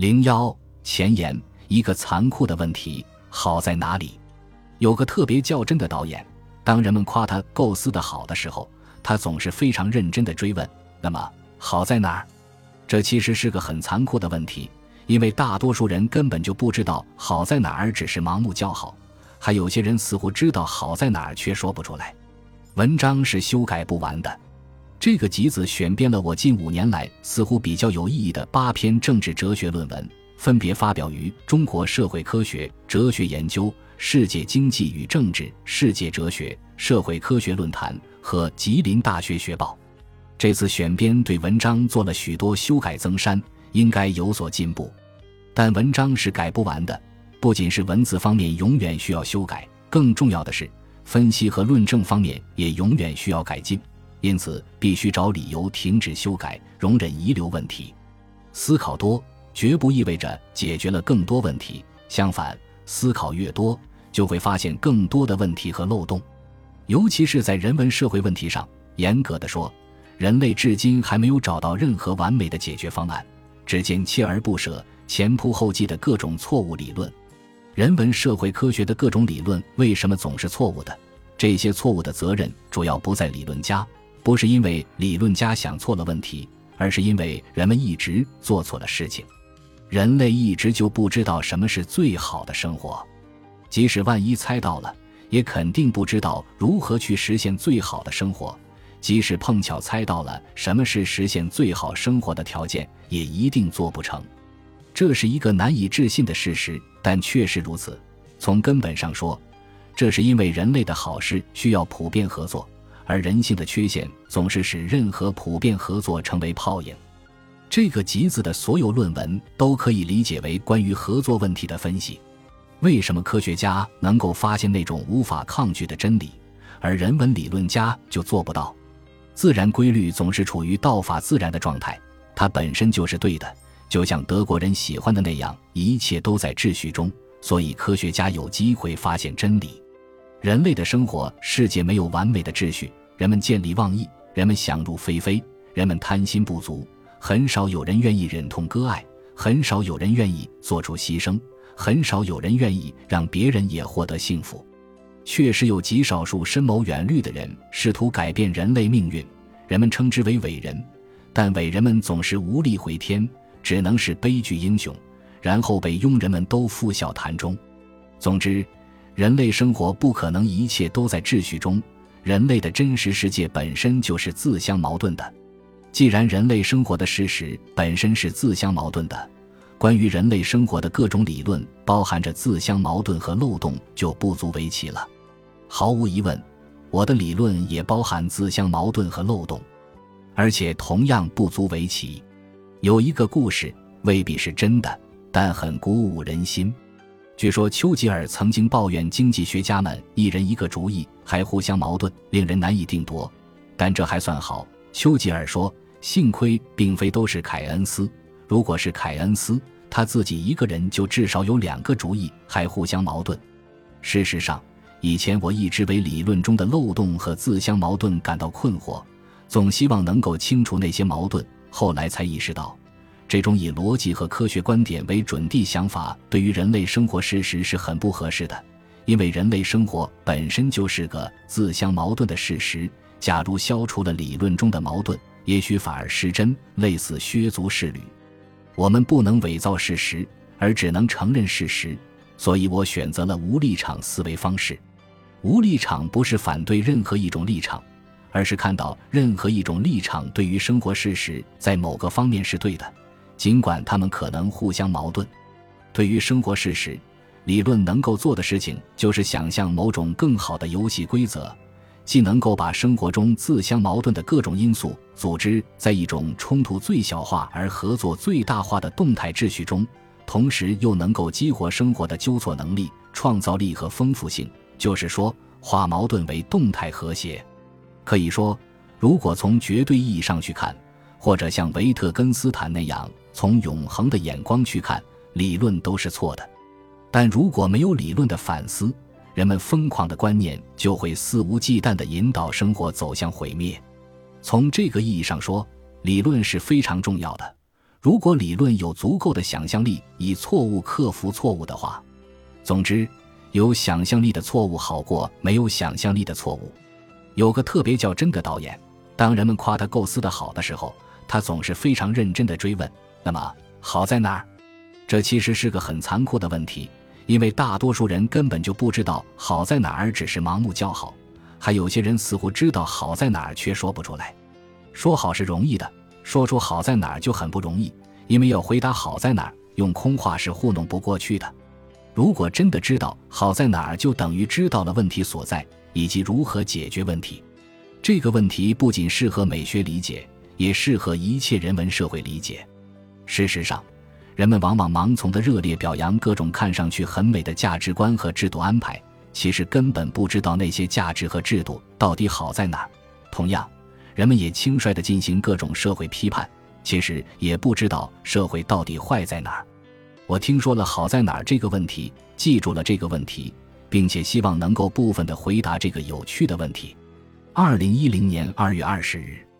01前言，一个残酷的问题，好在哪里？有个特别较真的导演，当人们夸他构思的好的时候，他总是非常认真地追问，那么好在哪儿？这其实是个很残酷的问题，因为大多数人根本就不知道好在哪儿，只是盲目叫好，还有些人似乎知道好在哪儿却说不出来。文章是修改不完的。这个集子选编了我近5年来似乎比较有意义的8篇政治哲学论文，分别发表于《中国社会科学哲学研究》、《世界经济与政治》、《世界哲学社会科学论坛》和吉林大学学报。这次选编对文章做了许多修改增删，应该有所进步。但文章是改不完的，不仅是文字方面永远需要修改，更重要的是分析和论证方面也永远需要改进，因此必须找理由停止修改，容忍遗留问题。思考多绝不意味着解决了更多问题，相反，思考越多就会发现更多的问题和漏洞。尤其是在人文社会问题上，严格地说，人类至今还没有找到任何完美的解决方案，只见锲而不舍、前仆后继的各种错误理论。人文社会科学的各种理论为什么总是错误的？这些错误的责任主要不在理论家，不是因为理论家想错了问题，而是因为人们一直做错了事情。人类一直就不知道什么是最好的生活，即使万一猜到了，也肯定不知道如何去实现最好的生活。即使碰巧猜到了什么是实现最好生活的条件，也一定做不成。这是一个难以置信的事实，但确实如此。从根本上说，这是因为人类的好事需要普遍合作，而人性的缺陷总是使任何普遍合作成为泡影。这个集子的所有论文都可以理解为关于合作问题的分析。为什么科学家能够发现那种无法抗拒的真理，而人文理论家就做不到？自然规律总是处于道法自然的状态，它本身就是对的，就像德国人喜欢的那样，一切都在秩序中，所以科学家有机会发现真理。人类的生活世界没有完美的秩序，人们见利忘义，人们想入非非，人们贪心不足，很少有人愿意忍痛割爱，很少有人愿意做出牺牲，很少有人愿意让别人也获得幸福。确实有极少数深谋远虑的人试图改变人类命运，人们称之为伟人，但伟人们总是无力回天，只能是悲剧英雄，然后被庸人们都付笑谈中。总之，人类生活不可能一切都在秩序中，人类的真实世界本身就是自相矛盾的。既然人类生活的事实本身是自相矛盾的，关于人类生活的各种理论包含着自相矛盾和漏洞，就不足为奇了。毫无疑问，我的理论也包含自相矛盾和漏洞，而且同样不足为奇。有一个故事未必是真的，但很鼓舞人心。据说丘吉尔曾经抱怨经济学家们一人一个主意，还互相矛盾，令人难以定夺。但这还算好，丘吉尔说，幸亏并非都是凯恩斯，如果是凯恩斯，他自己一个人就至少有2个主意，还互相矛盾。事实上，以前我一直为理论中的漏洞和自相矛盾感到困惑，总希望能够清除那些矛盾，后来才意识到，这种以逻辑和科学观点为准地想法对于人类生活事实是很不合适的，因为人类生活本身就是个自相矛盾的事实，假如消除了理论中的矛盾，也许反而失真，类似削足适履。我们不能伪造事实，而只能承认事实，所以我选择了无立场思维方式。无立场不是反对任何一种立场，而是看到任何一种立场对于生活事实在某个方面是对的，尽管它们可能互相矛盾。对于生活事实，理论能够做的事情就是想象某种更好的游戏规则，既能够把生活中自相矛盾的各种因素组织在一种冲突最小化而合作最大化的动态秩序中，同时又能够激活生活的纠错能力、创造力和丰富性，就是说，化矛盾为动态和谐。可以说，如果从绝对意义上去看，或者像维特根斯坦那样从永恒的眼光去看，理论都是错的。但如果没有理论的反思，人们疯狂的观念就会肆无忌惮地引导生活走向毁灭。从这个意义上说，理论是非常重要的。 如果理论有足够的想象力，以错误克服错误的话。总之，有想象力的错误好过没有想象力的错误。有个特别较真的导演，当人们夸他构思的好的时候，他总是非常认真地追问，那么好在哪儿？这其实是个很残酷的问题，因为大多数人根本就不知道好在哪儿，只是盲目叫好，还有些人似乎知道好在哪儿却说不出来。说好是容易的，说出好在哪儿就很不容易，因为要回答好在哪儿，用空话是糊弄不过去的。如果真的知道好在哪儿，就等于知道了问题所在以及如何解决问题。这个问题不仅适合美学理解，也适合一切人文社会理解。事实上，人们往往盲从地热烈表扬各种看上去很美的价值观和制度安排，其实根本不知道那些价值和制度到底好在哪儿。同样，人们也轻率地进行各种社会批判，其实也不知道社会到底坏在哪儿。我听说了好在哪儿这个问题，记住了这个问题，并且希望能够部分地回答这个有趣的问题。2010年2月20日。